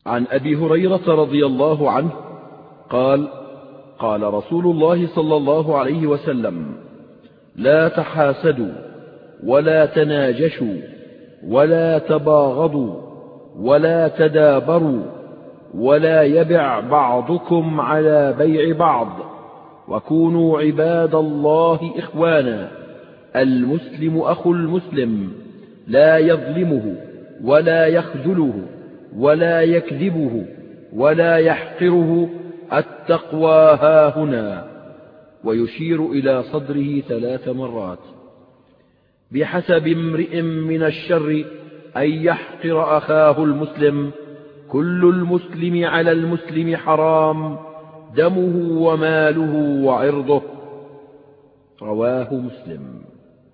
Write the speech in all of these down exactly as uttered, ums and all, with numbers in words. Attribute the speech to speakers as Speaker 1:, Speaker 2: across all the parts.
Speaker 1: عن أبي هريرة رضي الله عنه قال: قال رسول الله صلى الله عليه وسلم: لا تحاسدوا ولا تناجشوا ولا تباغضوا ولا تدابروا ولا يبع بعضكم على بيع بعض، وكونوا عباد الله إخوانا، المسلم أخو المسلم، لا يظلمه ولا يخذله ولا يكذبه ولا يحقره، التقوى هاهنا، ويشير إلى صدره ثلاث مرات. بحسب امرئ من الشر أن يحقر أخاه المسلم، كل المسلم على المسلم حرام، دمه وماله وعرضه. رواه مسلم.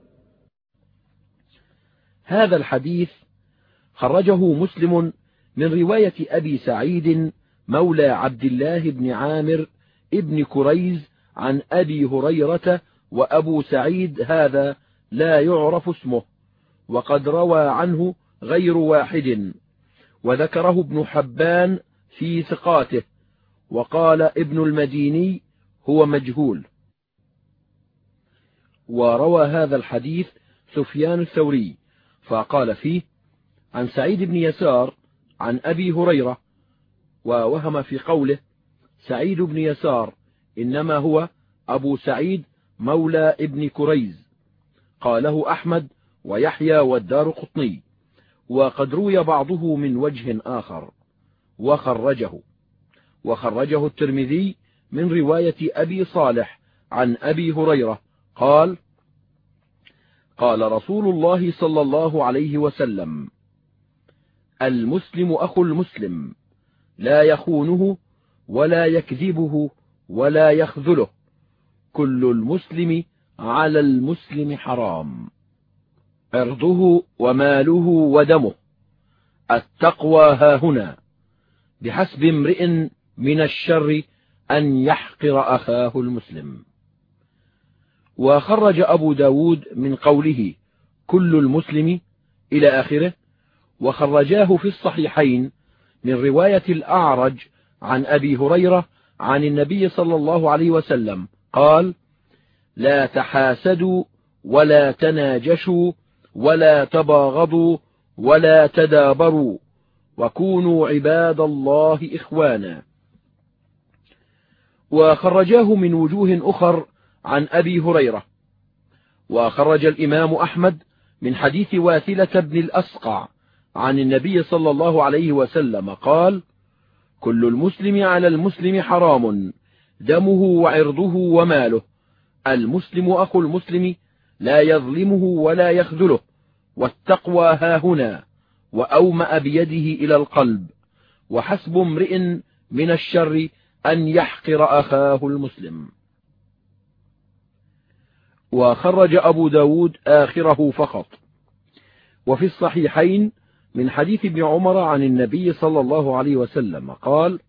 Speaker 1: هذا الحديث خرجه مسلم من رواية أبي سعيد مولى عبد الله بن عامر ابن كريز عن أبي هريرة، وأبو سعيد هذا لا يعرف اسمه، وقد روى عنه غير واحد، وذكره ابن حبان في ثقاته، وقال ابن المديني هو مجهول. وروى هذا الحديث سفيان الثوري فقال فيه: عن سعيد بن يسار عن أبي هريرة، ووهم في قوله سعيد بن يسار، إنما هو أبو سعيد مولى ابن كريز. قاله أحمد ويحيى والدار قطني، وقد روي بعضه من وجه آخر وخرجه وخرجه الترمذي من رواية أبي صالح عن أبي هريرة قال: قال رسول الله صلى الله عليه وسلم: المسلم أخو المسلم، لا يخونه ولا يكذبه ولا يخذله، كل المسلم على المسلم حرام، عرضه وماله ودمه، التقوى هاهنا، بحسب امرئ من الشر أن يحقر أخاه المسلم. وخرج أبو داود من قوله كل المسلم إلى آخره، وخرجاه في الصحيحين من رواية الأعرج عن أبي هريرة عن النبي صلى الله عليه وسلم قال: لا تحاسدوا ولا تناجشوا ولا تباغضوا ولا تدابروا، وكونوا عباد الله إخوانا. وخرجاه من وجوه أخر عن أبي هريرة. وخرج الإمام أحمد من حديث واثلة بن الأسقع عن النبي صلى الله عليه وسلم قال: كل المسلم على المسلم حرام، دمه وعرضه وماله، المسلم أخو المسلم، لا يظلمه ولا يخذله، والتقوى هاهنا، وأومأ بيده إلى القلب، وحسب امرئ من الشر أن يحقر أخاه المسلم. وخرج أبو داود آخره فقط. وفي الصحيحين من حديث ابن عمر عن النبي صلى الله عليه وسلم قال: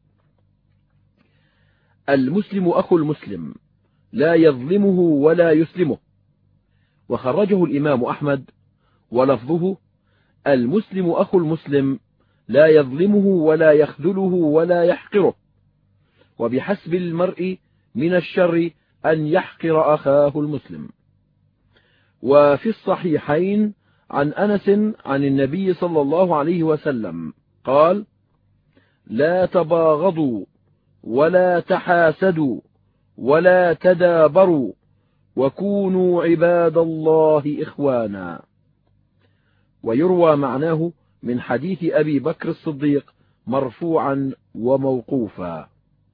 Speaker 1: المسلم أخو المسلم، لا يظلمه ولا يسلمه. وخرجه الإمام أحمد ولفظه: المسلم أخو المسلم، لا يظلمه ولا يخذله ولا يحقره، وبحسب المرء من الشر أن يحقر أخاه المسلم. وفي الصحيحين عن أنس عن النبي صلى الله عليه وسلم قال: لا تباغضوا ولا تحاسدوا ولا تدابروا، وكونوا عباد الله إخوانا. ويروى معناه من حديث أبي بكر الصديق مرفوعا وموقوفا.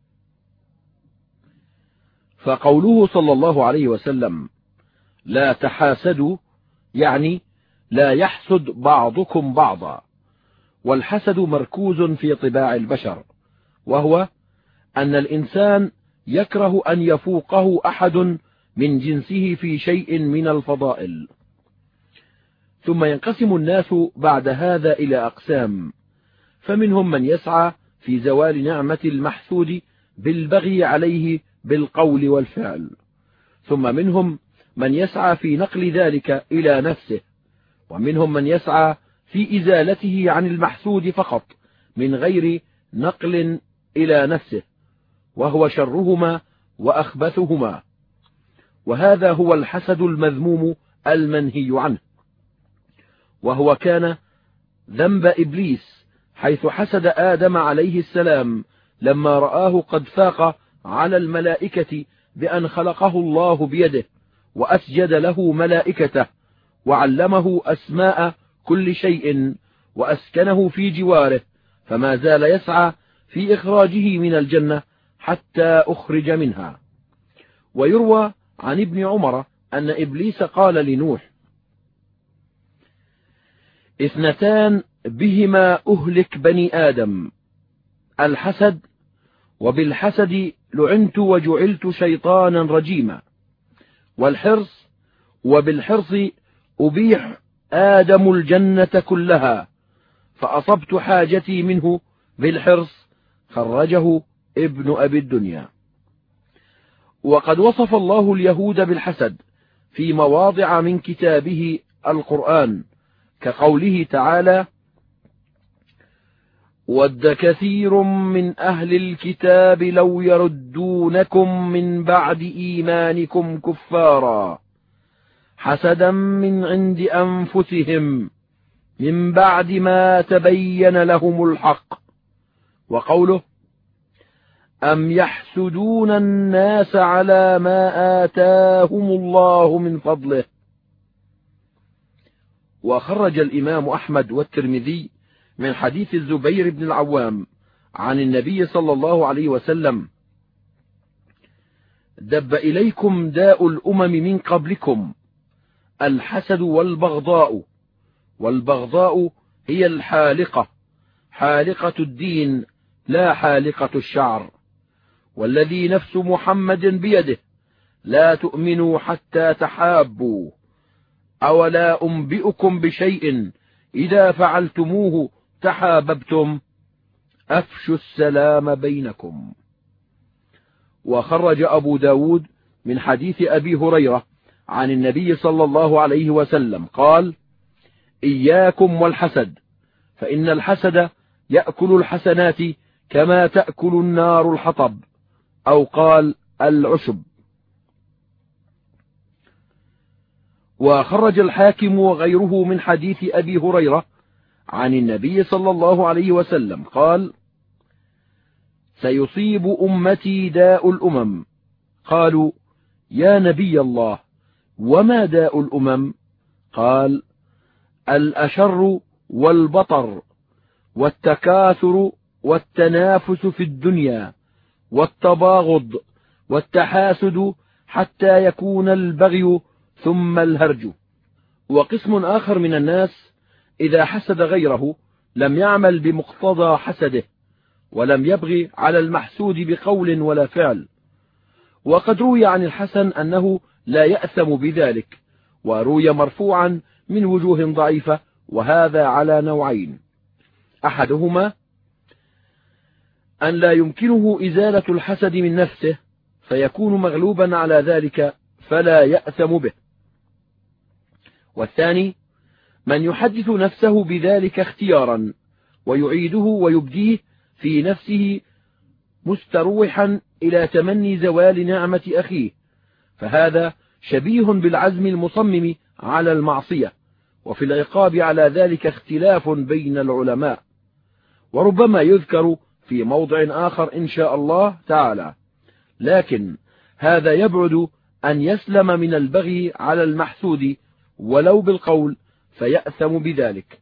Speaker 1: فقوله صلى الله عليه وسلم لا تحاسدوا، يعني لا يحسد بعضكم بعضا. والحسد مركوز في طباع البشر، وهو أن الإنسان يكره أن يفوقه أحد من جنسه في شيء من الفضائل. ثم ينقسم الناس بعد هذا إلى أقسام، فمنهم من يسعى في زوال نعمة المحسود بالبغي عليه بالقول والفعل، ثم منهم من يسعى في نقل ذلك إلى نفسه، ومنهم من يسعى في إزالته عن المحسود فقط من غير نقل إلى نفسه، وهو شرهما وأخبثهما، وهذا هو الحسد المذموم المنهي عنه. وهو كان ذنب إبليس، حيث حسد آدم عليه السلام لما رآه قد فاق على الملائكة بأن خلقه الله بيده، وأسجد له ملائكته، وعلمه أسماء كل شيء، وأسكنه في جواره، فما زال يسعى في إخراجه من الجنة حتى أخرج منها. ويروى عن ابن عمر أن إبليس قال لنوح: اثنتان بهما أهلك بني آدم، الحسد، وبالحسد لعنت وجعلت شيطانا رجيما، والحرص، وبالحرص أبيح آدم الجنة كلها، فأصبت حاجتي منه بالحرص. خرجه ابن أبي الدنيا. وقد وصف الله اليهود بالحسد في مواضع من كتابه القرآن، كقوله تعالى: ود كثير من أهل الكتاب لو يردونكم من بعد إيمانكم كفارا حسدا من عند أنفسهم من بعد ما تبين لهم الحق. وقوله: أم يحسدون الناس على ما آتاهم الله من فضله. وخرج الإمام أحمد والترمذي من حديث الزبير بن العوام عن النبي صلى الله عليه وسلم: دب إليكم داء الأمم من قبلكم، الحسد والبغضاء، والبغضاء هي الحالقة، حالقة الدين لا حالقة الشعر، والذي نفس محمد بيده لا تؤمنوا حتى تحابوا، أولا أنبئكم بشيء إذا فعلتموه تحاببتم، أفشوا السلام بينكم. وخرج أبو داود من حديث أبي هريرة عن النبي صلى الله عليه وسلم قال: إياكم والحسد، فإن الحسد يأكل الحسنات كما تأكل النار الحطب، أو قال العشب. وخرج الحاكم وغيره من حديث أبي هريرة عن النبي صلى الله عليه وسلم قال: سيصيب أمتي داء الأمم. قالوا: يا نبي الله، وما داء الأمم؟ قال: الأشر والبطر والتكاثر والتنافس في الدنيا والتباغض والتحاسد، حتى يكون البغي ثم الهرج. وقسم آخر من الناس إذا حسد غيره لم يعمل بمقتضى حسده، ولم يبغي على المحسود بقول ولا فعل. وقد روي عن الحسن أنه لا يأثم بذلك، وروي مرفوعا من وجوه ضعيفة، وهذا على نوعين: أحدهما أن لا يمكنه إزالة الحسد من نفسه، فيكون مغلوبا على ذلك فلا يأثم به. والثاني من يحدث نفسه بذلك اختيارا، ويعيده ويبديه في نفسه مستروحا إلى تمني زوال نعمة أخيه، فهذا شبيه بالعزم المصمم على المعصية. وفي العقاب على ذلك اختلاف بين العلماء، وربما يذكر في موضع آخر إن شاء الله تعالى، لكن هذا يبعد أن يسلم من البغي على المحسود ولو بالقول، فيأثم بذلك.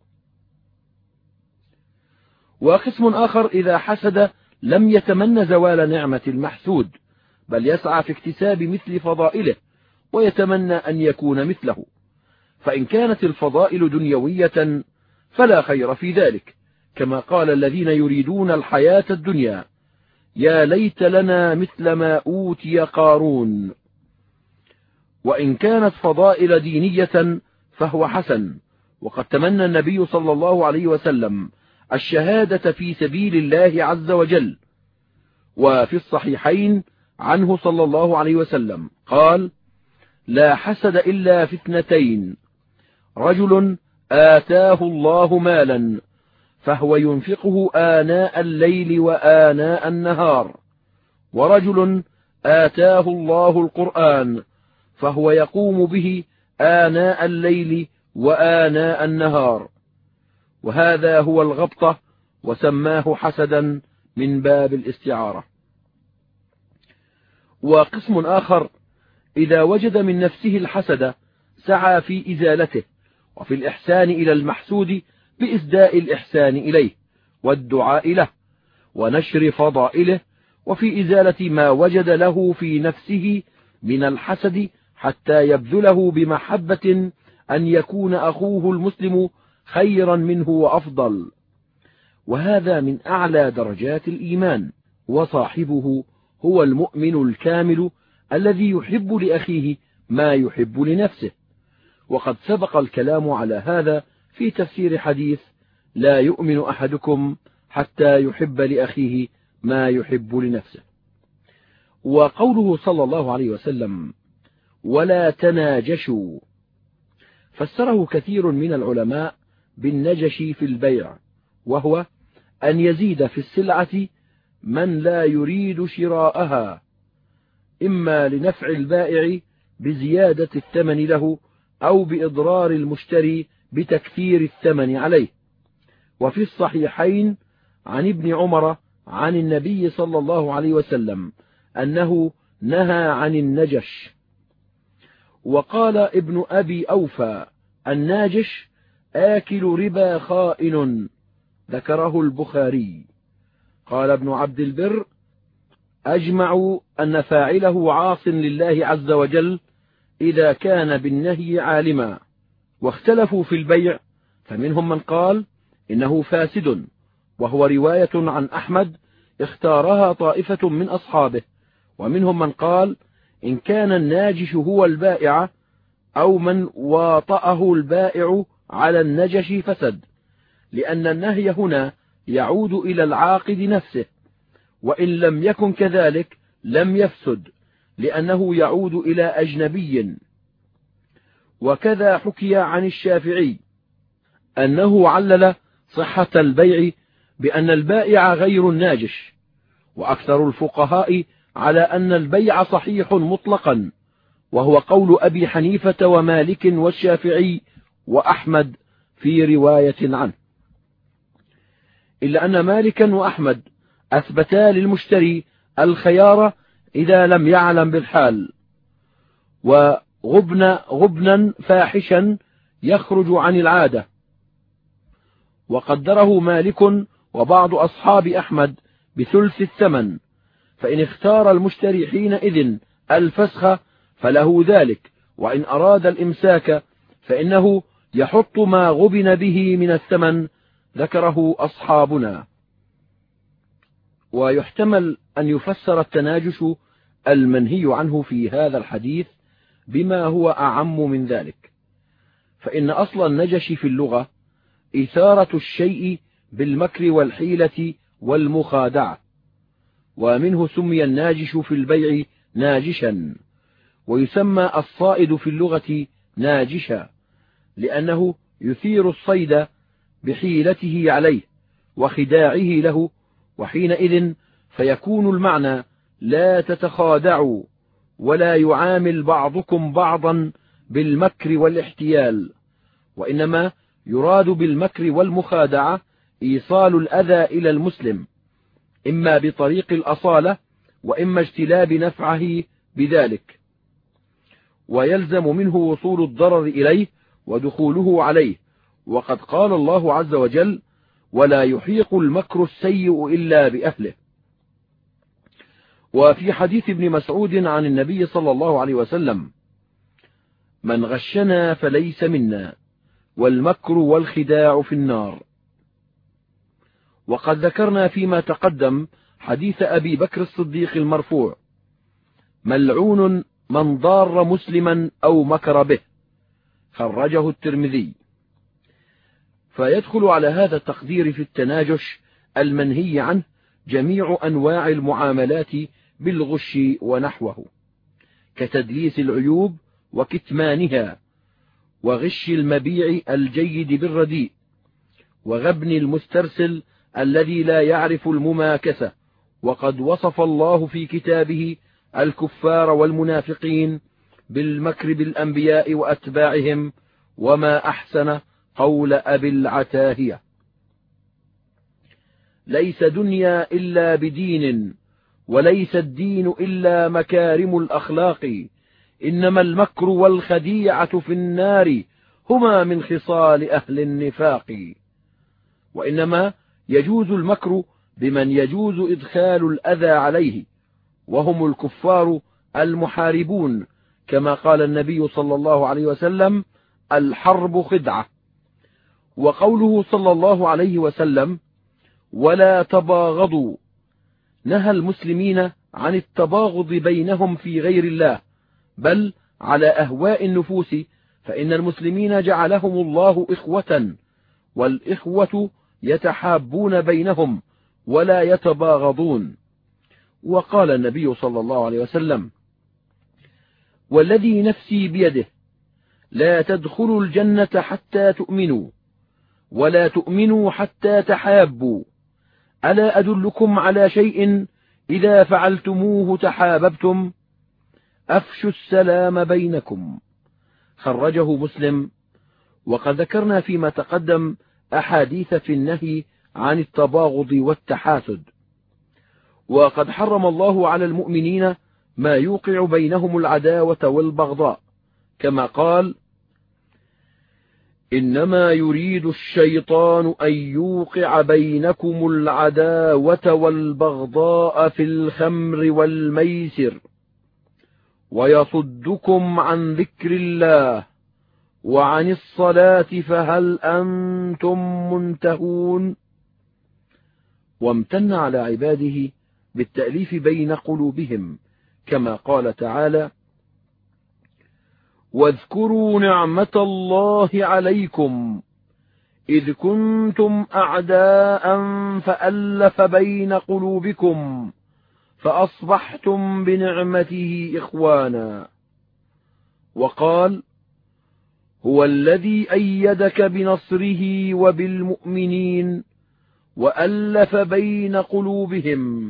Speaker 1: وقسم آخر إذا حسد لم يتمنى زوال نعمة المحسود، بل يسعى في اكتساب مثل فضائله، ويتمنى أن يكون مثله، فإن كانت الفضائل دنيوية فلا خير في ذلك، كما قال الذين يريدون الحياة الدنيا: يا ليت لنا مثل ما أوتي قارون. وإن كانت فضائل دينية فهو حسن، وقد تمنى النبي صلى الله عليه وسلم الشهادة في سبيل الله عز وجل. وفي الصحيحين عنه صلى الله عليه وسلم قال: لا حسد إلا في اثنتين: رجل آتاه الله مالا فهو ينفقه آناء الليل وآناء النهار، ورجل آتاه الله القرآن فهو يقوم به آناء الليل وآناء النهار، وهذا هو الغبطة، وسماه حسدا من باب الاستعارة. وقسم آخر إذا وجد من نفسه الحسد سعى في إزالته، وفي الإحسان إلى المحسود بإسداء الإحسان إليه والدعاء له ونشر فضائله، وفي إزالة ما وجد له في نفسه من الحسد حتى يبذله بمحبة أن يكون أخوه المسلم خيرا منه وأفضل، وهذا من أعلى درجات الإيمان، وصاحبه هو المؤمن الكامل الذي يحب لأخيه ما يحب لنفسه. وقد سبق الكلام على هذا في تفسير حديث لا يؤمن أحدكم حتى يحب لأخيه ما يحب لنفسه. وقوله صلى الله عليه وسلم ولا تناجشوا فسره كثير من العلماء بالنجش في البيع، وهو أن يزيد في السلعة من لا يريد شراءها، إما لنفع البائع بزيادة الثمن له أو بإضرار المشتري بتكثير الثمن عليه. وفي الصحيحين عن ابن عمر عن النبي صلى الله عليه وسلم أنه نهى عن النجش. وقال ابن أبي أوفى الناجش آكل ربا خائن، ذكره البخاري. قال ابن عبد البر أجمعوا أن فاعله عاص لله عز وجل إذا كان بالنهي عالما، واختلفوا في البيع، فمنهم من قال إنه فاسد، وهو رواية عن أحمد اختارها طائفة من أصحابه، ومنهم من قال إن كان الناجش هو البائع أو من واطأه البائع على النجش فسد، لأن النهي هنا يعود إلى العاقد نفسه، وإن لم يكن كذلك لم يفسد لأنه يعود إلى أجنبي. وكذا حكي عن الشافعي أنه علل صحة البيع بأن البائع غير الناجش، وأكثر الفقهاء على أن البيع صحيح مطلقا، وهو قول أبي حنيفة ومالك والشافعي وأحمد في رواية عنه، إلا أن مالكا وأحمد أثبتا للمشتري الخيار إذا لم يعلم بالحال، وغبن غبنا فاحشا يخرج عن العادة، وقدره مالك وبعض أصحاب أحمد بثلث الثمن، فإن اختار المشتري حينئذ الفسخ فله ذلك، وإن أراد الإمساك فإنه يحط ما غبن به من الثمن، ذكره أصحابنا. ويحتمل أن يفسر التناجش المنهي عنه في هذا الحديث بما هو أعم من ذلك، فإن أصل النجش في اللغة إثارة الشيء بالمكر والحيلة والمخادعة، ومنه سمي الناجش في البيع ناجشا، ويسمى الصائد في اللغة ناجشا، لأنه يثير الصيد بحيلته عليه وخداعه له، وحينئذ فيكون المعنى لا تتخادعوا ولا يعامل بعضكم بعضا بالمكر والاحتيال، وإنما يراد بالمكر والمخادعة إيصال الأذى إلى المسلم، إما بطريق الأصالة وإما اجتلاب نفعه بذلك، ويلزم منه وصول الضرر إليه ودخوله عليه. وقد قال الله عز وجل ولا يحيق المكر السيء إلا بأهله. وفي حديث ابن مسعود عن النبي صلى الله عليه وسلم من غشنا فليس منا، والمكر والخداع في النار. وقد ذكرنا فيما تقدم حديث أبي بكر الصديق المرفوع ملعون من ضار مسلما أو مكر به، خرجه الترمذي. فيدخل على هذا التقدير في التناجش المنهي عنه جميع أنواع المعاملات بالغش ونحوه، كتدليس العيوب وكتمانها، وغش المبيع الجيد بالرديء، وغبن المسترسل الذي لا يعرف المماكسة. وقد وصف الله في كتابه الكفار والمنافقين بالمكر بالأنبياء وأتباعهم: وما أحسن قول أبي العتاهية: ليس دنيا إلا بدين، وليس الدين إلا مكارم الأخلاق، إنما المكر والخديعة في النار هما من خصال أهل النفاق. وإنما يجوز المكر بمن يجوز إدخال الأذى عليه، وهم الكفار المحاربون، كما قال النبي صلى الله عليه وسلم: الحرب خدعة. وقوله صلى الله عليه وسلم: ولا تباغضوا، نهى المسلمين عن التباغض بينهم في غير الله، بل على أهواء النفوس، فإن المسلمين جعلهم الله إخوة، والإخوة يتحابون بينهم ولا يتباغضون. وقال النبي صلى الله عليه وسلم: والذي نفسي بيده لا تدخلوا الجنة حتى تؤمنوا، ولا تؤمنوا حتى تحابوا، ألا أدلكم على شيء إذا فعلتموه تحاببتم؟ أفشوا السلام بينكم. خرجه مسلم. وقد ذكرنا فيما تقدم أحاديث في النهي عن التباغض والتحاسد. وقد حرم الله على المؤمنين ما يوقع بينهم العداوة والبغضاء، كما قال: إنما يريد الشيطان أن يوقع بينكم العداوة والبغضاء في الخمر والميسر ويصدكم عن ذكر الله وعن الصلاة فهل أنتم منتهون. وامتن على عباده بالتأليف بين قلوبهم، كما قال تعالى: واذكروا نعمة الله عليكم إذ كنتم أعداء فألف بين قلوبكم فأصبحتم بنعمته إخوانا. وقال: هو الذي أيدك بنصره وبالمؤمنين وألف بين قلوبهم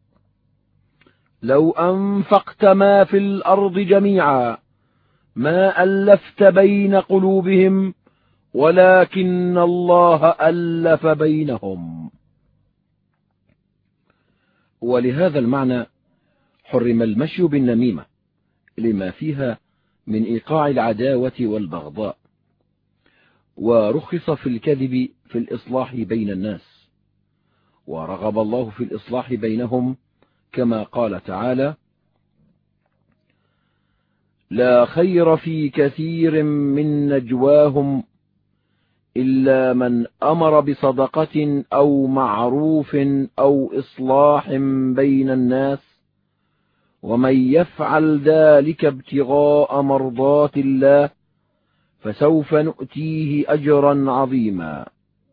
Speaker 1: لو أنفقت ما في الأرض جميعا ما ألفت بين قلوبهم ولكن الله ألف بينهم. ولهذا المعنى حرم المشي بالنميمة لما فيها من إيقاع العداوة والبغضاء، ورخص في الكذب في الإصلاح بين الناس، ورغب الله في الإصلاح بينهم، كما قال تعالى: لا خير في كثير من نجواهم إلا من أمر بصدقة أو معروف أو إصلاح بين الناس ومن يفعل ذلك ابتغاء مرضات الله فسوف نؤتيه أجرا عظيما.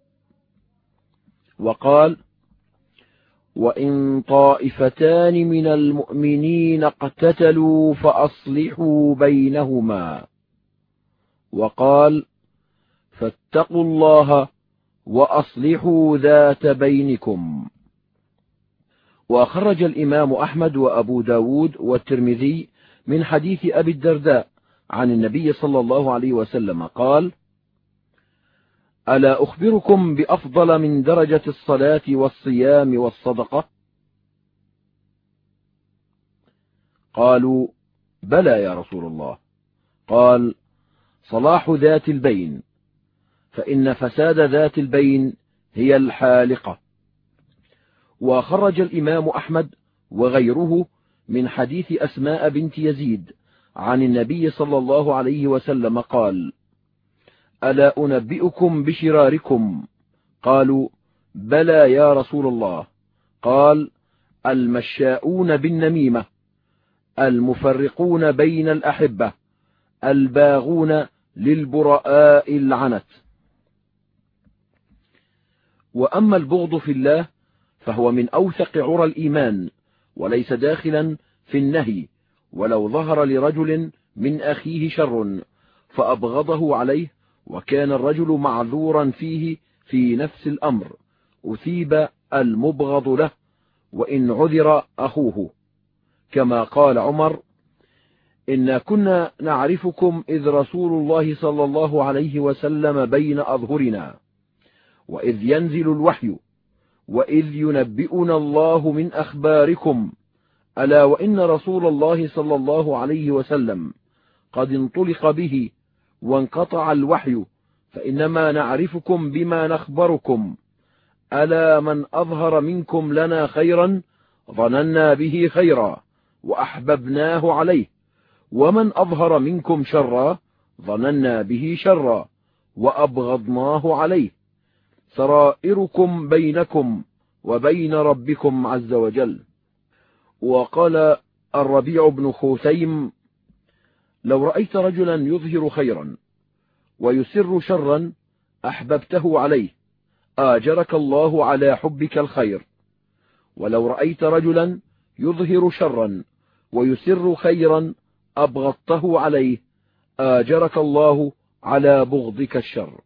Speaker 1: وقال: وإن طائفتان من المؤمنين اقتتلوا فأصلحوا بينهما. وقال: فاتقوا الله وأصلحوا ذات بينكم. وخرج الإمام أحمد وأبو داود والترمذي من حديث أبي الدرداء عن النبي صلى الله عليه وسلم قال: ألا أخبركم بأفضل من درجة الصلاة والصيام والصدقة؟ قالوا: بلى يا رسول الله. قال: صلاح ذات البين، فإن فساد ذات البين هي الحالقة. وخرج الإمام أحمد وغيره من حديث أسماء بنت يزيد عن النبي صلى الله عليه وسلم قال: ألا أنبئكم بشراركم؟ قالوا: بلى يا رسول الله. قال: المشاؤون بالنميمة، المفرقون بين الأحبة، الباغون للبراء العنت. وأما البغض في الله فهو من أوثق عرى الإيمان، وليس داخلا في النهي، ولو ظهر لرجل من أخيه شر فأبغضه عليه وكان الرجل معذورا فيه في نفس الأمر أثيب المبغض له وإن عذر أخوه، كما قال عمر: إنا كنا نعرفكم إذ رسول الله صلى الله عليه وسلم بين أظهرنا، وإذ ينزل الوحي، وإذ ينبئنا الله من أخباركم، ألا وإن رسول الله صلى الله عليه وسلم قد انطلق به وانقطع الوحي، فإنما نعرفكم بما نخبركم، ألا من أظهر منكم لنا خيرا ظننا به خيرا وأحببناه عليه، ومن أظهر منكم شرا ظننا به شرا وأبغضناه عليه، سرائركم بينكم وبين ربكم عز وجل. وقال الربيع بن خثيم: لو رأيت رجلا يظهر خيرا ويسر شرا أحببته عليه، آجرك الله على حبك الخير، ولو رأيت رجلا يظهر شرا ويسر خيرا أبغضته عليه، آجرك الله على بغضك الشر.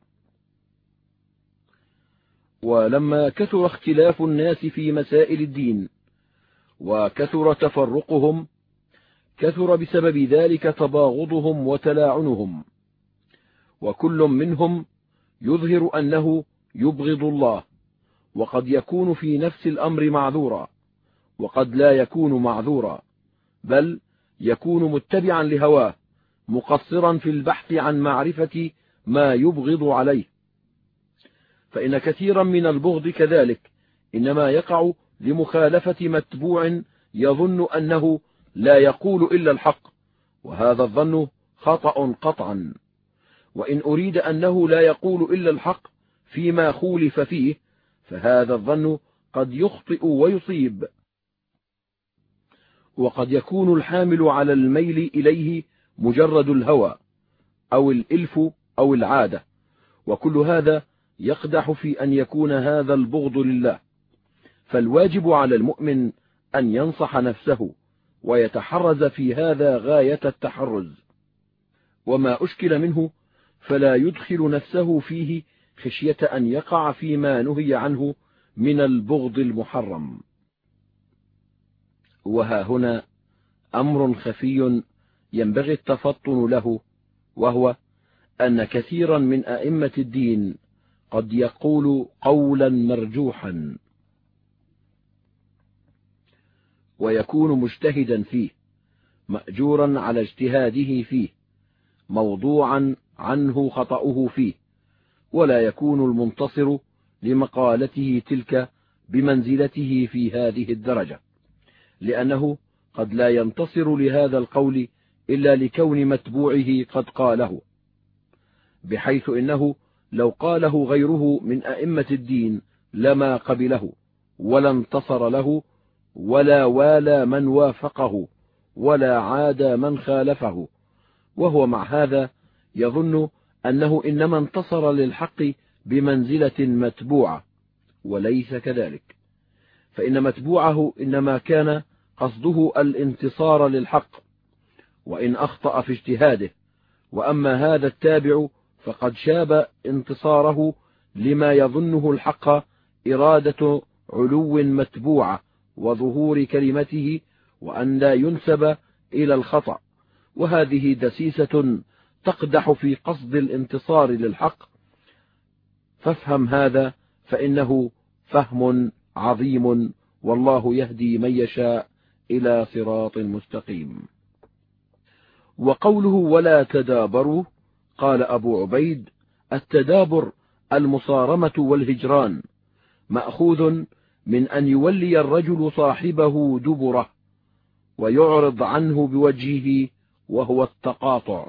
Speaker 1: ولما كثر اختلاف الناس في مسائل الدين وكثر تفرقهم، كثر بسبب ذلك تباغضهم وتلاعنهم، وكل منهم يظهر أنه يبغض الله، وقد يكون في نفس الأمر معذورا، وقد لا يكون معذورا، بل يكون متبعا لهواه مقصرا في البحث عن معرفة ما يبغض عليه. فإن كثيرا من البغض كذلك إنما يقع لمخالفة متبوع يظن أنه لا يقول إلا الحق، وهذا الظن خطأ قطعا. وإن أريد أنه لا يقول إلا الحق فيما خولف فيه، فهذا الظن قد يخطئ ويصيب، وقد يكون الحامل على الميل إليه مجرد الهوى أو الإلف أو العادة، وكل هذا يقدح في أن يكون هذا البغض لله. فالواجب على المؤمن أن ينصح نفسه ويتحرز في هذا غاية التحرز، وما أشكل منه فلا يدخل نفسه فيه خشية أن يقع فيما نهي عنه من البغض المحرم. وها هنا أمر خفي ينبغي التفطن له، وهو أن كثيرا من أئمة الدين قد يقول قولا مرجوحا ويكون مجتهدا فيه، مأجورا على اجتهاده فيه، موضوعا عنه خطأه فيه، ولا يكون المنتصر لمقالته تلك بمنزلته في هذه الدرجة، لأنه قد لا ينتصر لهذا القول إلا لكون متبوعه قد قاله، بحيث إنه لو قاله غيره من أئمة الدين لما قبله ولا انتصر له، ولا والى من وافقه، ولا عاد من خالفه، وهو مع هذا يظن أنه إنما انتصر للحق بمنزلة متبوعة، وليس كذلك، فإن متبوعه إنما كان قصده الانتصار للحق وإن أخطأ في اجتهاده، وأما هذا التابع فقد شاب انتصاره لما يظنه الحق إرادة علو متبوعة وظهور كلمته، وأن لا ينسب إلى الخطأ، وهذه دسيسة تقدح في قصد الانتصار للحق. فافهم هذا، فإنه فهم عظيم، والله يهدي من يشاء إلى صراط مستقيم. وقوله ولا تدابروا، قال أبو عبيد: التدابر المصارمة والهجران، مأخوذ من أن يولي الرجل صاحبه دبره ويعرض عنه بوجهه، وهو التقاطع.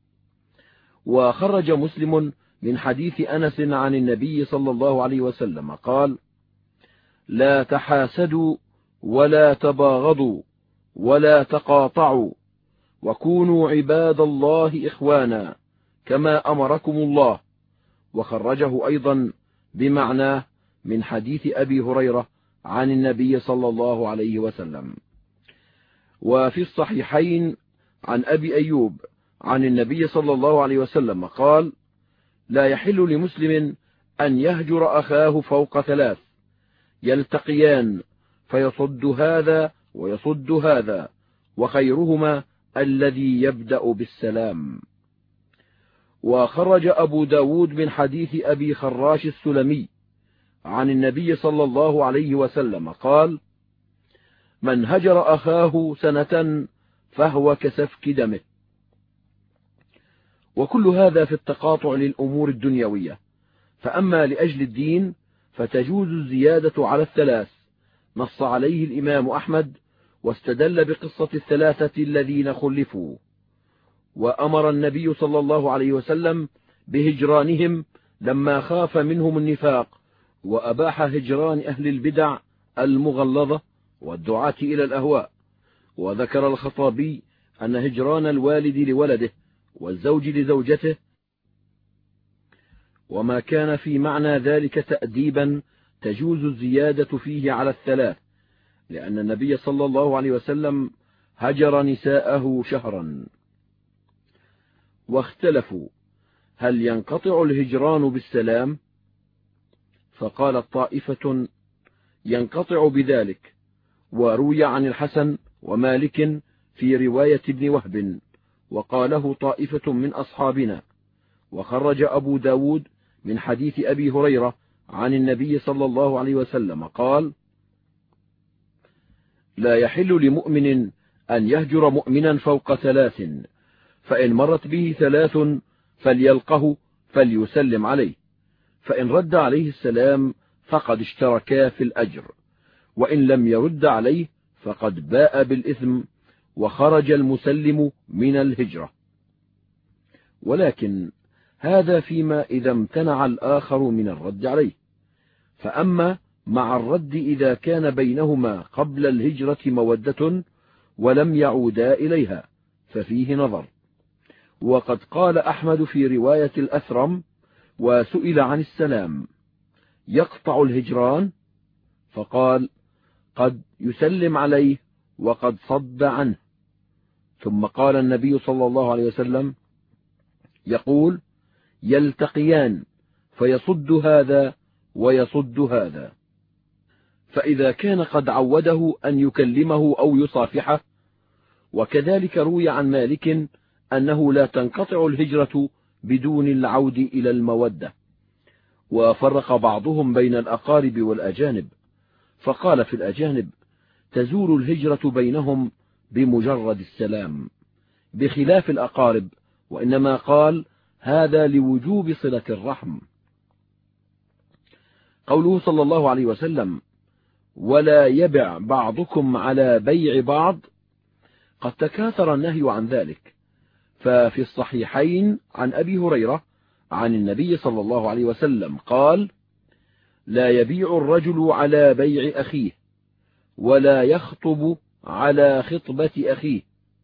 Speaker 1: وخرج مسلم من حديث أنس عن النبي صلى الله عليه وسلم قال: لا تحاسدوا ولا تباغضوا ولا تقاطعوا، وكونوا عباد الله إخوانا كما أمركم الله. وخرجه أيضا بمعناه من حديث أبي هريرة عن النبي صلى الله عليه وسلم. وفي الصحيحين عن أبي أيوب عن النبي صلى الله عليه وسلم قال: لا يحل لمسلم أن يهجر أخاه فوق ثلاث يلتقيان فيصد هذا ويصد هذا، وخيرهما الذي يبدأ بالسلام. وخرج أبو داود من حديث أبي خراش السلمي عن النبي صلى الله عليه وسلم قال: من هجر أخاه سنة فهو كسفك دمه. وكل هذا في التقاطع للأمور الدنيوية. فأما لأجل الدين فتجوز الزيادة على الثلاث، نص عليه الإمام أحمد واستدل بقصة الثلاثة الذين خلفوا. وأمر النبي صلى الله عليه وسلم بهجرانهم لما خاف منهم النفاق، وأباح هجران أهل البدع المغلظة والدعاة إلى الأهواء. وذكر الخطابي أن هجران الوالد لولده والزوج لزوجته وما كان في معنى ذلك تأديبا تجوز الزيادة فيه على الثلاث، لأن النبي صلى الله عليه وسلم هجر نساءه شهرا. واختلفوا هل ينقطع الهجران بالسلام؟ فقالت طائفة ينقطع بذلك، وروي عن الحسن ومالك في رواية ابن وهب، وقاله طائفة من أصحابنا. وخرج أبو داود من حديث أبي هريرة عن النبي صلى الله عليه وسلم قال: لا يحل لمؤمن أن يهجر مؤمنا فوق ثلاث، فإن مرت به ثلاث فليلقه فليسلم عليه، فإن رد عليه السلام فقد اشتركا في الأجر، وإن لم يرد عليه فقد باء بالإثم وخرج المسلم من الهجرة. ولكن هذا فيما إذا امتنع الآخر من الرد عليه. فأما مع الرد إذا كان بينهما قبل الهجرة مودة ولم يعودا إليها ففيه نظر. وقد قال أحمد في رواية الأثرم: وسئل عن السلام يقطع الهجران؟ فقال: قد يسلم عليه وقد صد عنه. ثم قال النبي صلى الله عليه وسلم يقول: يلتقيان فيصد هذا ويصد هذا. فإذا كان قد عوده أن يكلمه أو يصافحه. وكذلك روي عن مالك أنه لا تنقطع الهجرة بدون العود إلى المودة. وفرق بعضهم بين الأقارب والأجانب، فقال في الأجانب تزول الهجرة بينهم بمجرد السلام، بخلاف الأقارب، وإنما قال هذا لوجوب صلة الرحم. قوله صلى الله عليه وسلم: ولا يبع بعضكم على بيع بعض، قد تكاثر النهي عن ذلك. ففي الصحيحين عن أبي هريرة عن النبي صلى الله عليه وسلم قال: لا يبيع الرجل على بيع أخيه، ولا يخطب على خطبة أخيه.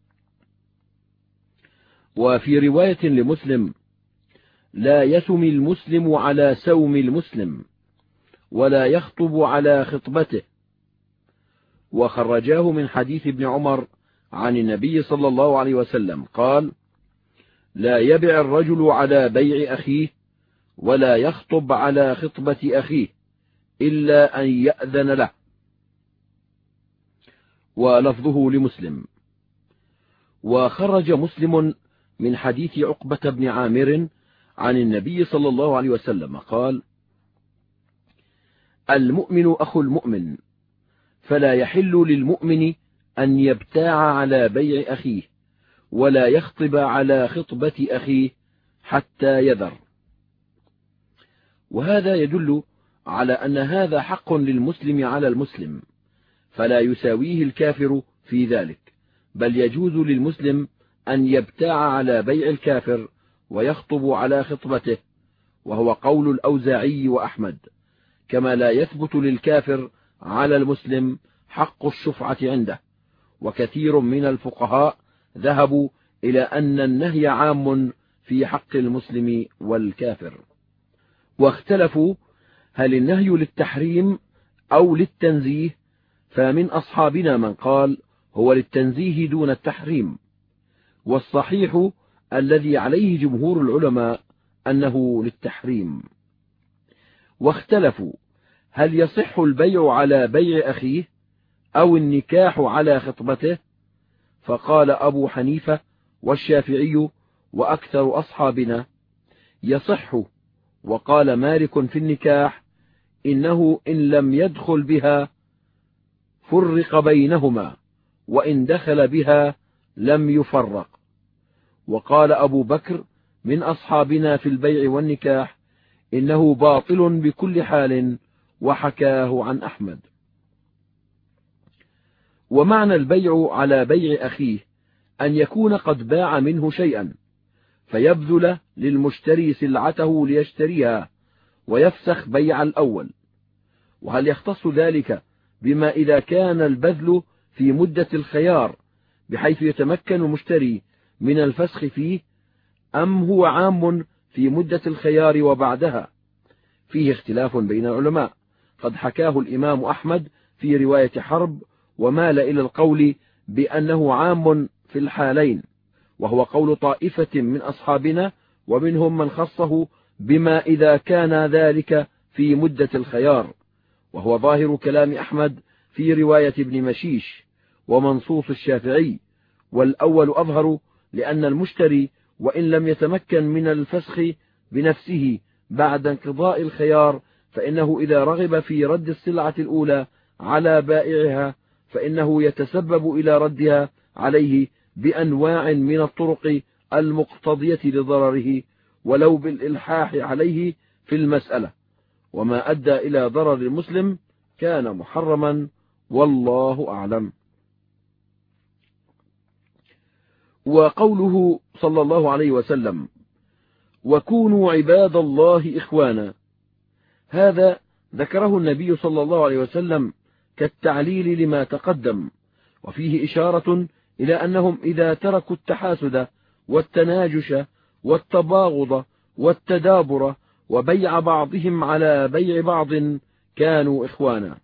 Speaker 1: وفي رواية لمسلم: لا يسم المسلم على سوم المسلم، ولا يخطب على خطبته. وخرجاه من حديث ابن عمر عن النبي صلى الله عليه وسلم قال: لا يبع الرجل على بيع أخيه، ولا يخطب على خطبة أخيه إلا أن يأذن له. ولفظه لمسلم. وخرج مسلم من حديث عقبة بن عامر عن النبي صلى الله عليه وسلم قال: المؤمن أخو المؤمن، فلا يحل للمؤمن أن يبتاع على بيع أخيه، ولا يخطب على خطبة أخيه حتى يذر. وهذا يدل على أن هذا حق للمسلم على المسلم، فلا يساويه الكافر في ذلك، بل يجوز للمسلم أن يبتاع على بيع الكافر ويخطب على خطبته، وهو قول الأوزاعي وأحمد. كما لا يثبت للكافر على المسلم حق الشفعة عنده. وكثير من الفقهاء ذهبوا إلى أن النهي عام في حق المسلم والكافر. واختلفوا هل النهي للتحريم أو للتنزيه، فمن أصحابنا من قال هو للتنزيه دون التحريم، والصحيح الذي عليه جمهور العلماء أنه للتحريم. واختلفوا هل يصح البيع على بيع أخيه أو النكاح على خطبته؟ فقال أبو حنيفة والشافعي وأكثر أصحابنا يصح. وقال مالك في النكاح إنه إن لم يدخل بها فرق بينهما، وإن دخل بها لم يفرق. وقال أبو بكر من أصحابنا في البيع والنكاح إنه باطل بكل حال، وحكاه عن أحمد. ومعنى البيع على بيع أخيه أن يكون قد باع منه شيئا فيبذل للمشتري سلعته ليشتريها ويفسخ بيع الأول. وهل يختص ذلك بما إذا كان البذل في مدة الخيار بحيث يتمكن المشتري من الفسخ فيه، أم هو عام في مدة الخيار وبعدها؟ فيه اختلاف بين العلماء، قد حكاه الإمام أحمد في رواية حرب ومال إلى القول بأنه عام في الحالين، وهو قول طائفة من أصحابنا، ومنهم من خصه بما إذا كان ذلك في مدة الخيار، وهو ظاهر كلام أحمد في رواية ابن مشيش ومنصوص الشافعي. والأول أظهر، لأن المشتري وإن لم يتمكن من الفسخ بنفسه بعد انقضاء الخيار، فإنه إذا رغب في رد السلعة الأولى على بائعها فإنه يتسبب إلى ردها عليه بأنواع من الطرق المقتضية لضرره، ولو بالإلحاح عليه في المسألة، وما أدى إلى ضرر المسلم كان محرما، والله أعلم. وقوله صلى الله عليه وسلم وكونوا عباد الله إخوانا، هذا ذكره النبي صلى الله عليه وسلم كالتعليل لما تقدم، وفيه إشارة إلى أنهم إذا تركوا التحاسد والتناجش والتباغض والتدابر وبيع بعضهم على بيع بعض كانوا إخوانا.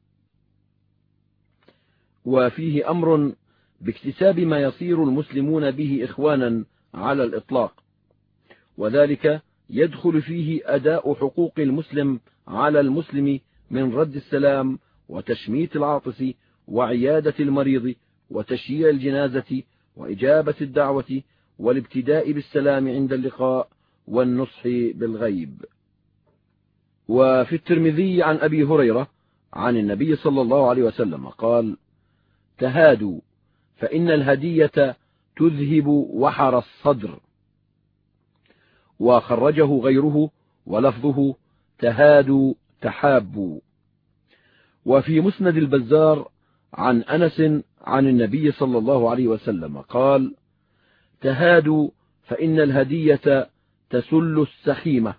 Speaker 1: وفيه أمر باكتساب ما يصير المسلمون به إخوانا على الإطلاق، وذلك يدخل فيه أداء حقوق المسلم على المسلم من رد السلام وتشميت العاطس وعيادة المريض وتشييع الجنازة وإجابة الدعوة والابتداء بالسلام عند اللقاء والنصح بالغيب. وفي الترمذي عن أبي هريرة عن النبي صلى الله عليه وسلم قال تهادوا فإن الهدية تذهب وحر الصدر. وخرجه غيره ولفظه تهادوا تحابوا. وفي مسند البزار عن أنس عن النبي صلى الله عليه وسلم قال تهادوا فإن الهدية تسل السخيمة.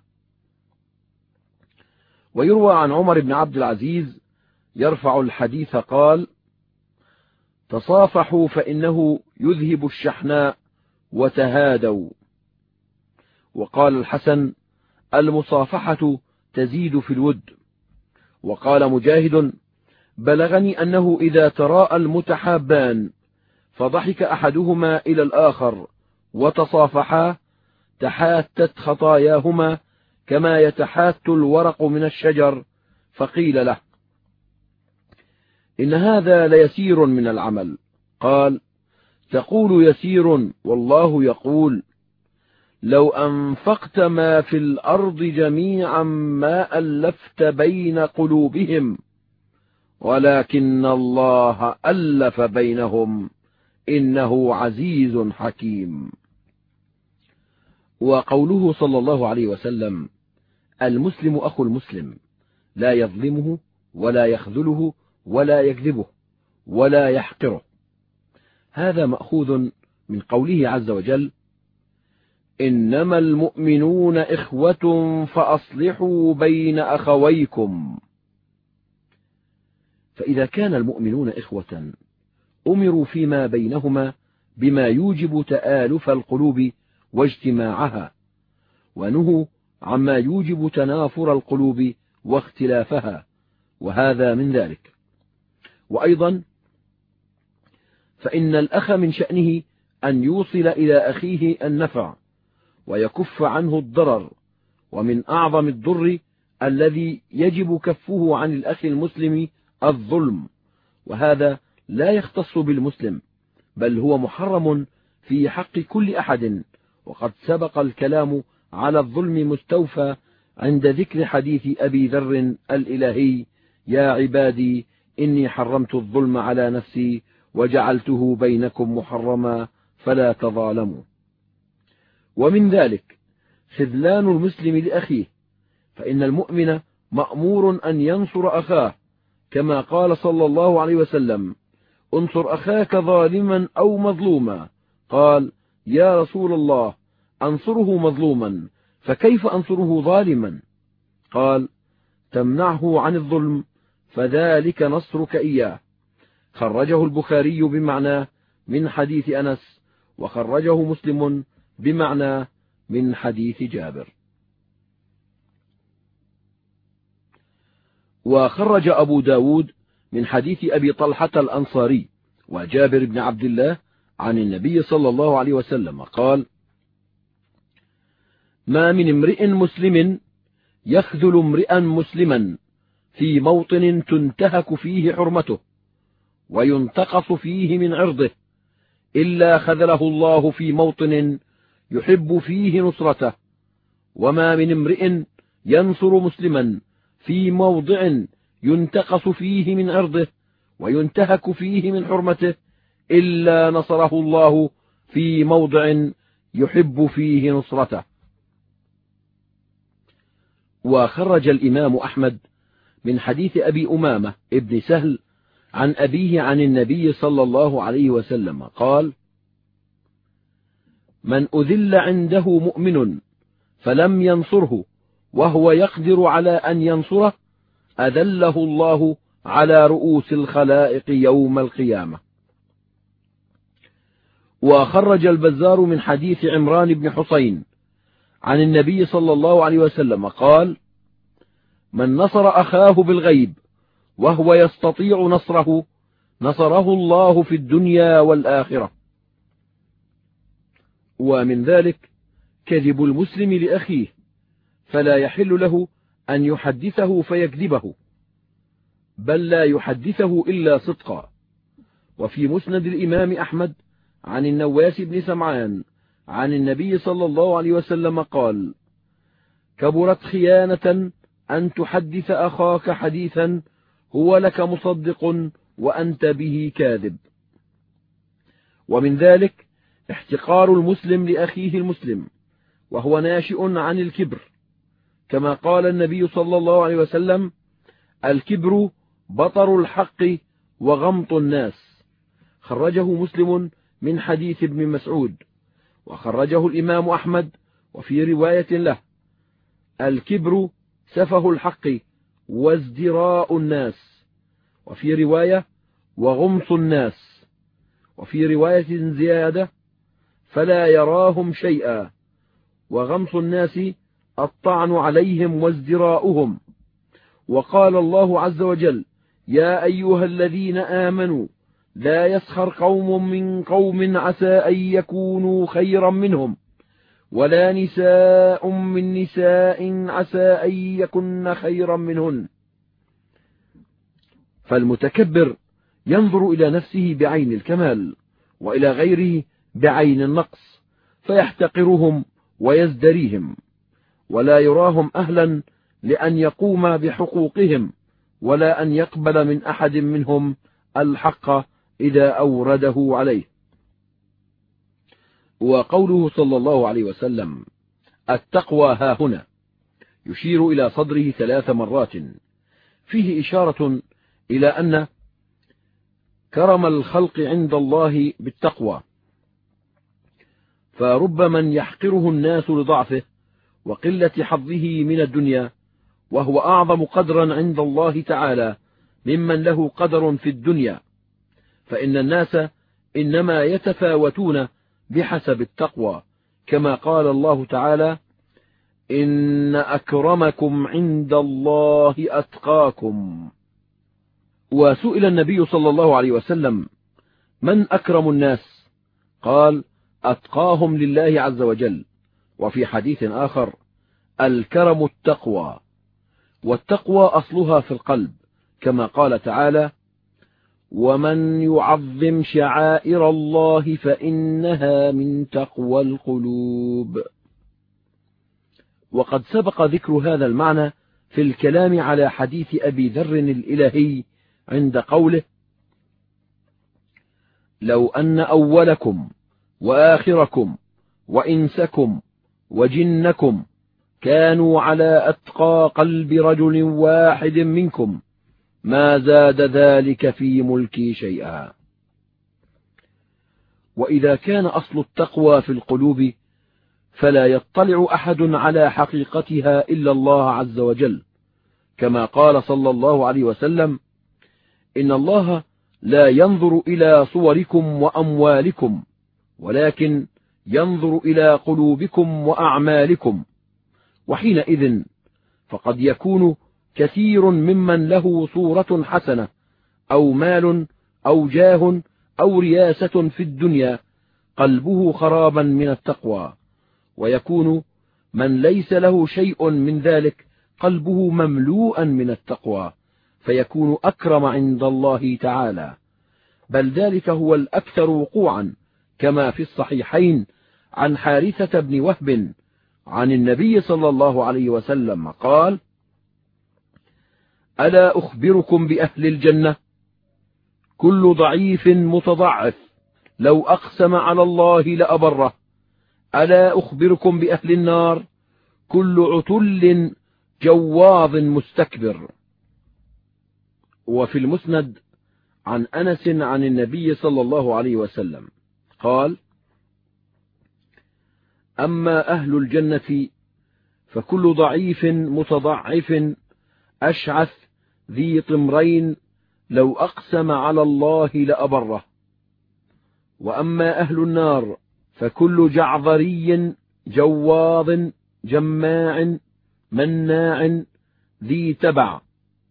Speaker 1: ويروى عن عمر بن عبد العزيز يرفع الحديث قال تصافحوا فإنه يذهب الشحناء وتهادوا. وقال الحسن المصافحة تزيد في الود. وقال مجاهد بلغني أنه إذا تراءى المتحابان فضحك أحدهما إلى الآخر وتصافحا تحاتت خطاياهما كما يتحات الورق من الشجر، فقيل له إن هذا ليسير من العمل. قال تقول يسير والله يقول لو أنفقت ما في الأرض جميعا ما ألفت بين قلوبهم ولكن الله ألف بينهم إنه عزيز حكيم. وقوله صلى الله عليه وسلم المسلم أخو المسلم لا يظلمه ولا يخذله ولا يكذبه ولا يحقره، هذا مأخوذ من قوله عز وجل إنما المؤمنون إخوة فأصلحوا بين أخويكم. فإذا كان المؤمنون إخوة أمروا فيما بينهما بما يوجب تآلف القلوب واجتماعها، ونهوا عما يوجب تنافر القلوب واختلافها، وهذا من ذلك. وأيضا فإن الأخ من شأنه أن يوصل إلى أخيه النفع ويكف عنه الضرر، ومن أعظم الضر الذي يجب كفه عن الأخ المسلم الظلم، وهذا لا يختص بالمسلم، بل هو محرم في حق كل أحد. وقد سبق الكلام على الظلم مستوفى عند ذكر حديث أبي ذر الإلهي: يا عبادي إني حرمت الظلم على نفسي وجعلته بينكم محرما فلا تظالموا. ومن ذلك خذلان المسلم لأخيه، فإن المؤمن مأمور أن ينصر أخاه، كما قال صلى الله عليه وسلم: انصر أخاك ظالما أو مظلوما. قال: يا رسول الله، أنصره مظلوما فكيف أنصره ظالما؟ قال: تمنعه عن الظلم فذلك نصرك إياه. خرجه البخاري بمعناه من حديث أنس، وخرجه مسلم بمعناه من حديث جابر. وخرج أبو داود من حديث أبي طلحة الأنصاري وجابر بن عبد الله عن النبي صلى الله عليه وسلم قال: ما من امرئ مسلم يخذل امرئا مسلما في موطن تنتهك فيه حرمته وينتقص فيه من عرضه إلا خذله الله في موطن يحب فيه نصرته. وما من امرئ ينصر مسلما في موضع ينتقص فيه من عرضه وينتهك فيه من حرمته إلا نصره الله في موضع يحب فيه نصرته. وخرج الإمام أحمد من حديث أبي أمامة ابن سهل عن أبيه عن النبي صلى الله عليه وسلم قال: من أذل عنده مؤمن فلم ينصره وهو يقدر على أن ينصره أذله الله على رؤوس الخلائق يوم القيامة. وخرج البزار من حديث عمران بن حسين عن النبي صلى الله عليه وسلم قال: من نصر أخاه بالغيب وهو يستطيع نصره نصره الله في الدنيا والآخرة. ومن ذلك كذب المسلم لأخيه، فلا يحل له أن يحدثه فيكذبه، بل لا يحدثه إلا صدقا. وفي مسند الإمام أحمد عن النواس بن سمعان عن النبي صلى الله عليه وسلم قال: كبرت خيانة أن تحدث أخاك حديثا هو لك مصدق وأنت به كاذب. ومن ذلك احتقار المسلم لأخيه المسلم، وهو ناشئ عن الكبر، كما قال النبي صلى الله عليه وسلم: الكبر بطر الحق وغمط الناس. خرجه مسلم من حديث ابن مسعود، وخرجه الإمام أحمد وفي رواية له: الكبر سفه الحق وازدراء الناس، وفي رواية: وغمص الناس، وفي رواية زيادة: فلا يراهم شيئا، وغمص الناس الطعن عليهم وازدراؤهم. وقال الله عز وجل: يا أيها الذين آمنوا لا يسخر قوم من قوم عسى أن يكونوا خيرا منهم ولا نساء من نساء عسى أن يكن خيرا منهن. فالمتكبر ينظر إلى نفسه بعين الكمال وإلى غيره بعين النقص، فيحتقرهم ويزدريهم، ولا يراهم أهلا لأن يقوم بحقوقهم ولا أن يقبل من أحد منهم الحق إذا أورده عليه. وقوله صلى الله عليه وسلم: التقوى ها هنا، يشير إلى صدره ثلاث مرات، فيه إشارة إلى أن كرم الخلق عند الله بالتقوى، فرب من يحقره الناس لضعفه وقلة حظه من الدنيا، وهو أعظم قدرا عند الله تعالى ممن له قدر في الدنيا، فإن الناس إنما يتفاوتون بحسب التقوى، كما قال الله تعالى: إن أكرمكم عند الله أتقاكم. وسئل النبي صلى الله عليه وسلم: من أكرم الناس؟ قال: أتقاهم لله عز وجل. وفي حديث آخر: الكرم التقوى. والتقوى أصلها في القلب، كما قال تعالى: ومن يعظم شعائر الله فإنها من تقوى القلوب. وقد سبق ذكر هذا المعنى في الكلام على حديث أبي ذر الإلهي عند قوله: لو أن أولكم وآخركم وإنسكم وجنكم كانوا على أتقى قلب رجل واحد منكم ما زاد ذلك في ملكي شيئا. وإذا كان أصل التقوى في القلوب فلا يطلع أحد على حقيقتها إلا الله عز وجل، كما قال صلى الله عليه وسلم: إن الله لا ينظر إلى صوركم وأموالكم ولكن ينظر إلى قلوبكم وأعمالكم. وحينئذ فقد يكون كثير ممن له صورة حسنة أو مال أو جاه أو رياسة في الدنيا قلبه خرابا من التقوى، ويكون من ليس له شيء من ذلك قلبه مملوءا من التقوى، فيكون أكرم عند الله تعالى، بل ذلك هو الأكثر وقوعا، كما في الصحيحين عن حارثة بن وهب عن النبي صلى الله عليه وسلم قال: ألا أخبركم بأهل الجنة؟ كل ضعيف متضعف لو أقسم على الله لأبره. ألا أخبركم بأهل النار؟ كل عتل جواظ مستكبر. وفي المسند عن أنس عن النبي صلى الله عليه وسلم قال: أما أهل الجنة فكل ضعيف متضعف أشعث ذي طمرين لو أقسم على الله لأبره. وأما أهل النار فكل جعظري جواظ جماع مناع ذي تبع.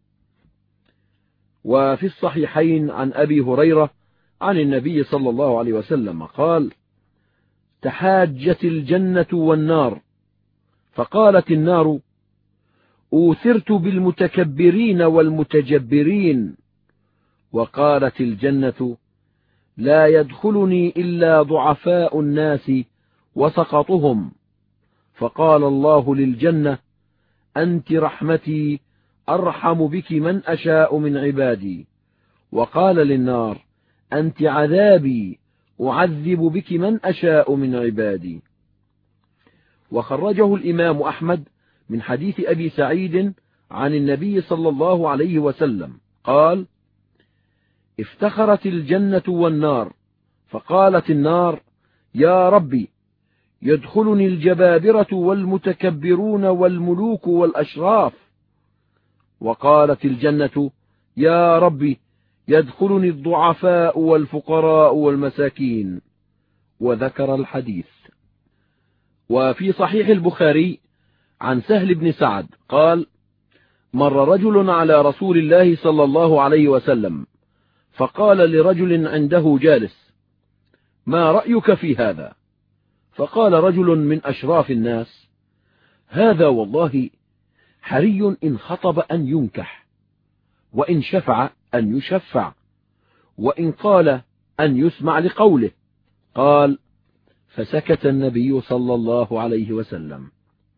Speaker 1: وفي الصحيحين عن أبي هريرة عن النبي صلى الله عليه وسلم قال: تحاجت الجنة والنار، فقالت النار: أوثرت بالمتكبرين والمتجبرين. وقالت الجنة: لا يدخلني إلا ضعفاء الناس وسقطهم. فقال الله للجنة: أنت رحمتي أرحم بك من أشاء من عبادي. وقال للنار: أنت عذابي أعذب بك من أشاء من عبادي. وخرجه الإمام أحمد من حديث أبي سعيد عن النبي صلى الله عليه وسلم قال: افتخرت الجنة والنار، فقالت النار: يا ربي، يدخلني الجبابرة والمتكبرون والملوك والأشراف. وقالت الجنة: يا ربي، يدخلني الضعفاء والفقراء والمساكين. وذكر الحديث. وفي صحيح البخاري عن سهل بن سعد قال: مر رجل على رسول الله صلى الله عليه وسلم فقال لرجل عنده جالس: ما رأيك في هذا؟ فقال رجل من أشراف الناس: هذا والله حري إن خطب أن ينكح، وإن شفع أن يشفع، وإن قال أن يسمع لقوله. قال: فسكت النبي صلى الله عليه وسلم.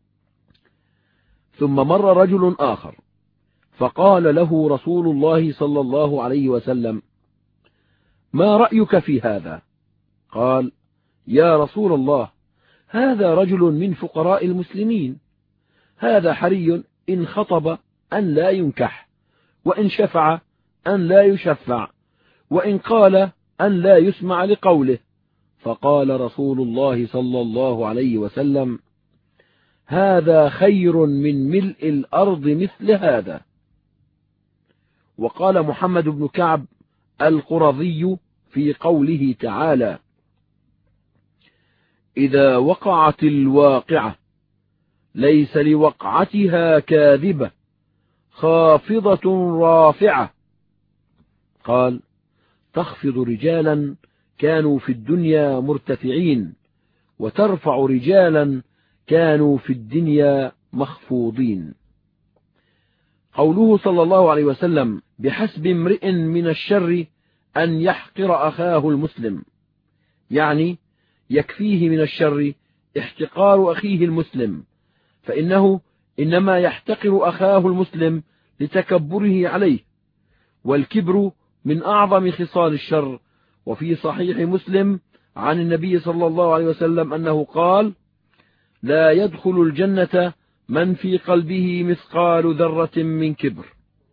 Speaker 1: ثم مر رجل آخر فقال له رسول الله صلى الله عليه وسلم: ما رأيك في هذا؟ قال: يا رسول الله، هذا رجل من فقراء المسلمين، هذا حري إن خطب أن لا ينكح، وإن شفع أن لا يشفع، وإن قال أن لا يسمع لقوله. فقال رسول الله صلى الله عليه وسلم: هذا خير من ملء الأرض مثل هذا. وقال محمد بن كعب القرظي في قوله تعالى: إذا وقعت الواقعة ليس لوقعتها كاذبة خافضة رافعة. قال: تخفض رجالا كانوا في الدنيا مرتفعين، وترفع رجالا كانوا في الدنيا مخفوضين. قوله صلى الله عليه وسلم بحسب امرئ من الشر أن يحقر أخاه المسلم، يعني يكفيه من الشر احتقار أخيه المسلم، فإنه إنما يحتقر أخاه المسلم لتكبره عليه، والكبر من أعظم خصال الشر. وفي صحيح مسلم عن النبي صلى الله عليه وسلم أنه قال: لا يدخل الجنة من في قلبه مثقال ذرة من كبر.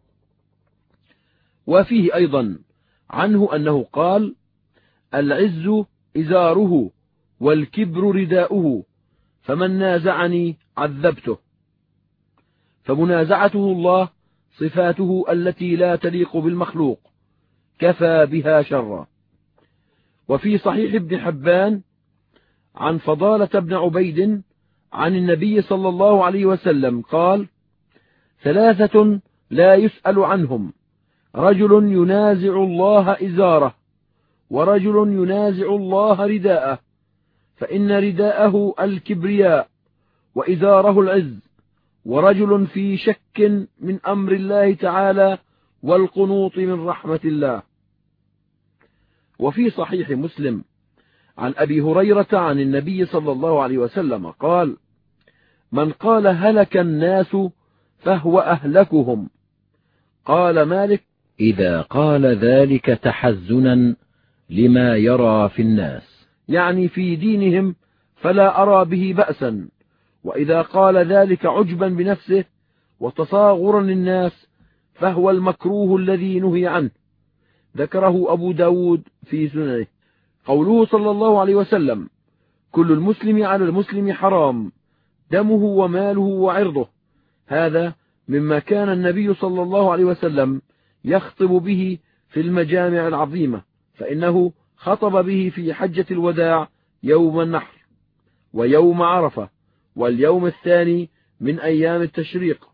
Speaker 1: وفيه أيضا عنه أنه قال: العز إزاره والكبر رداؤه، فمن نازعني عذبته. فمنازعته الله صفاته التي لا تليق بالمخلوق، كفى بها شرا. وفي صحيح ابن حبان عن فضالة بن عبيد عن النبي صلى الله عليه وسلم قال: ثلاثة لا يسأل عنهم: رجل ينازع الله إزاره، ورجل ينازع الله رداءه، فإن رداءه الكبرياء وإزاره العز، ورجل في شك من أمر الله تعالى والقنوط من رحمة الله. وفي صحيح مسلم عن أبي هريرة عن النبي صلى الله عليه وسلم قال: من قال هلك الناس فهو أهلكهم. قال مالك: إذا قال ذلك تحزنا لما يرى في الناس، يعني في دينهم، فلا أرى به بأسا، وإذا قال ذلك عجبا بنفسه وتصاغرا للناس فهو المكروه الذي نهي عنه. ذكره أبو داود في سننه. قوله صلى الله عليه وسلم: كل المسلم على المسلم حرام، دمه وماله وعرضه، هذا مما كان النبي صلى الله عليه وسلم يخطب به في المجامع العظيمة، فإنه خطب به في حجة الوداع يوم النحر ويوم عرفة واليوم الثاني من أيام التشريق،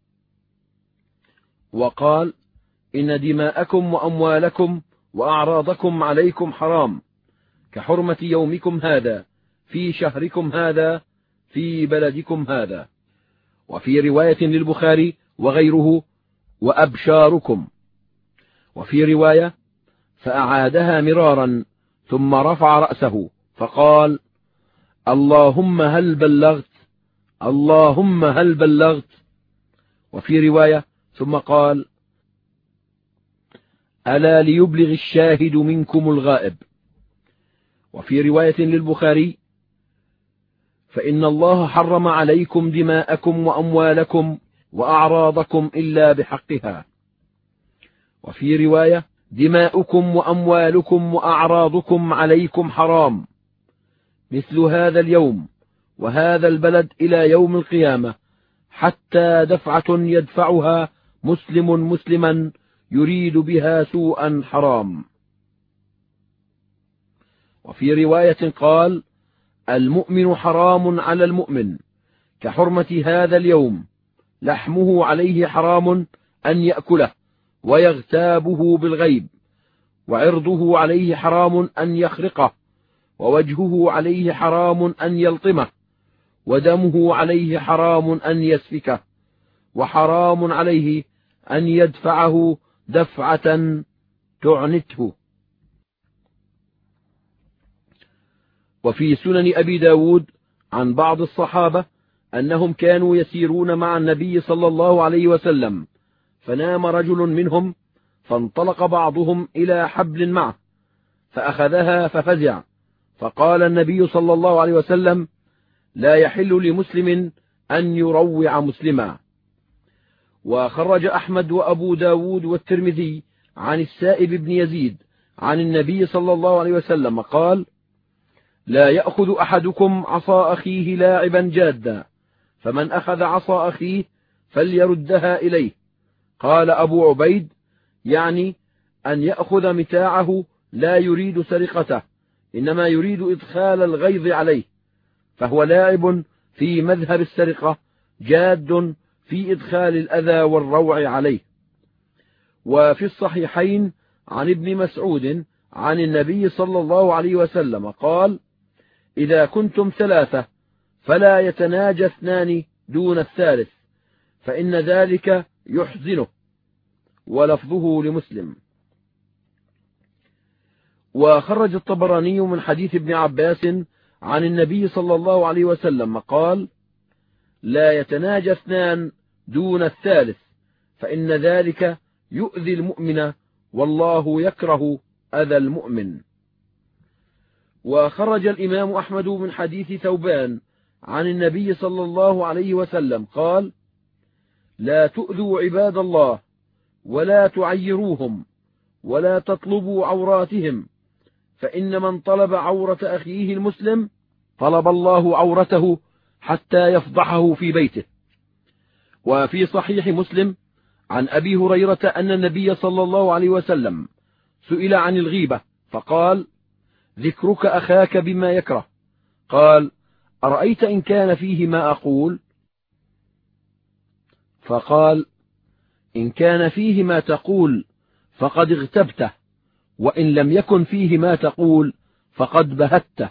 Speaker 1: وقال: إن دماءكم وأموالكم وأعراضكم عليكم حرام، كحرمة يومكم هذا في شهركم هذا في بلدكم هذا. وفي رواية للبخاري وغيره: وأبشاركم. وفي رواية: فأعادها مرارا ثم رفع رأسه فقال: اللهم هل بلغت، اللهم هل بلغت. وفي رواية: ثم قال: ألا ليبلغ الشاهد منكم الغائب. وفي رواية للبخاري: فإن الله حرم عليكم دماءكم وأموالكم وأعراضكم إلا بحقها. وفي رواية: دماؤكم وأموالكم وأعراضكم عليكم حرام، مثل هذا اليوم وهذا البلد إلى يوم القيامة، حتى دفعة يدفعها مسلم مسلما يريد بها سوءا حرام. وفي رواية قال: المؤمن حرام على المؤمن كحرمة هذا اليوم، لحمه عليه حرام أن يأكله ويغتابه بالغيب، وعرضه عليه حرام أن يخرقه، ووجهه عليه حرام أن يلطمه، ودمه عليه حرام أن يسفكه، وحرام عليه أن يدفعه دفعة تعنته. وفي سنن أبي داود عن بعض الصحابة أنهم كانوا يسيرون مع النبي صلى الله عليه وسلم، فنام رجل منهم، فانطلق بعضهم إلى حبل معه فأخذها ففزع، فقال النبي صلى الله عليه وسلم: لا يحل لمسلم أن يروع مسلما. وخرج أحمد وأبو داود والترمذي عن السائب بن يزيد عن النبي صلى الله عليه وسلم قال: لا يأخذ أحدكم عصا أخيه لاعبا جادا، فمن أخذ عصا أخيه فليردها إليه. قال أبو عبيد: يعني أن يأخذ متاعه لا يريد سرقته، إنما يريد إدخال الغيظ عليه، فهو لاعب في مذهب السرقة، جاد في إدخال الأذى والروع عليه. وفي الصحيحين عن ابن مسعود عن النبي صلى الله عليه وسلم قال: إذا كنتم ثلاثة فلا يتناجى اثنان دون الثالث، فإن ذلك يحزنه، ولفظه لمسلم. وخرج الطبراني من حديث ابن عباس عن النبي صلى الله عليه وسلم قال: لا يتناجى اثنان دون الثالث، فإن ذلك يؤذي المؤمن، والله يكره أذى المؤمن. وخرج الإمام أحمد من حديث ثوبان عن النبي صلى الله عليه وسلم قال: لا تؤذوا عباد الله، ولا تعيروهم، ولا تطلبوا عوراتهم، فإن من طلب عورة أخيه المسلم طلب الله عورته حتى يفضحه في بيته. وفي صحيح مسلم عن أبي هريرة أن النبي صلى الله عليه وسلم سئل عن الغيبة فقال: ذكرك أخاك بما يكره. قال: أرأيت إن كان فيه ما أقول؟ فقال: إن كان فيه ما تقول فقد اغتبته، وإن لم يكن فيه ما تقول فقد بهته.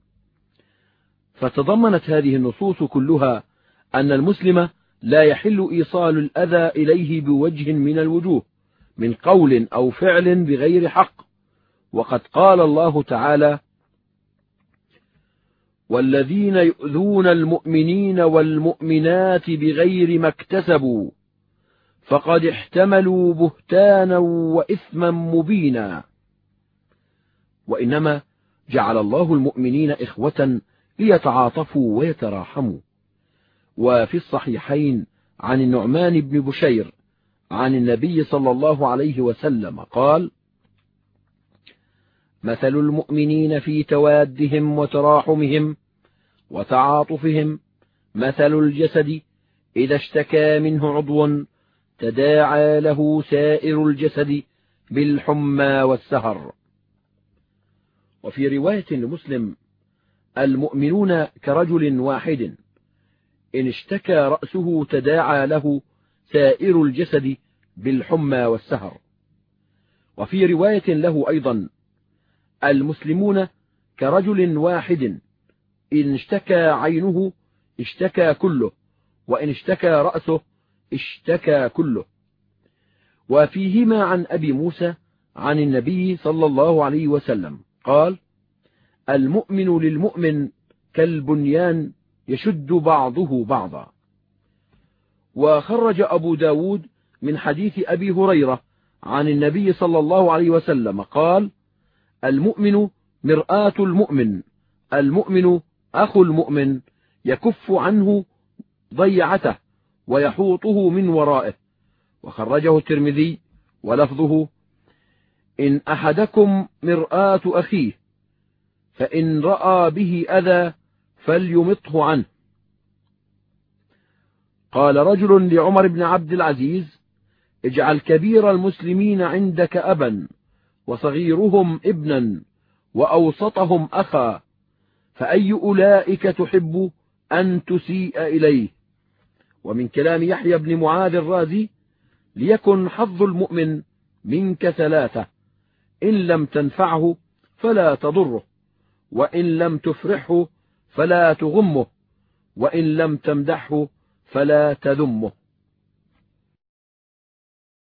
Speaker 1: فتضمنت هذه النصوص كلها أن المسلم لا يحل إيصال الأذى إليه بوجه من الوجوه، من قول أو فعل بغير حق. وقد قال الله تعالى: والذين يؤذون المؤمنين والمؤمنات بغير ما اكتسبوا فقد احتملوا بهتانا وإثما مبينا. وإنما جعل الله المؤمنين إخوة ليتعاطفوا ويتراحموا. وفي الصحيحين عن النعمان بن بشير عن النبي صلى الله عليه وسلم قال: مثل المؤمنين في توادهم وتراحمهم وتعاطفهم مثل الجسد إذا اشتكى منه عضو تداعى له سائر الجسد بالحمى والسهر. وفي رواية لمسلم: المؤمنون كرجل واحد، إن اشتكى رأسه تداعى له سائر الجسد بالحمى والسهر. وفي رواية له أيضا: المسلمون كرجل واحد، إن اشتكى عينه اشتكى كله، وإن اشتكى رأسه اشتكى كله. وفيهما عن أبي موسى عن النبي صلى الله عليه وسلم قال: المؤمن للمؤمن كالبنيان يشد بعضه بعضا. وخرج أبو داود من حديث أبي هريرة عن النبي صلى الله عليه وسلم قال: المؤمن مرآة المؤمن، المؤمن أخو المؤمن، يكف عنه ضيعته ويحوطه من ورائه. وخرجه الترمذي ولفظه: إن أحدكم مرآة أخيه، فإن رأى به أذى فليمطه عنه. قال رجل لعمر بن عبد العزيز: اجعل كبير المسلمين عندك أبا، وصغيرهم ابنا، وأوسطهم أخا، فأي أولئك تحب أن تسيء إليه؟ ومن كلام يحيى بن معاذ الرازي: ليكن حظ المؤمن منك ثلاثة: إن لم تنفعه فلا تضره، وإن لم تفرحه فلا تغمه، وإن لم تمدحه فلا تذمه.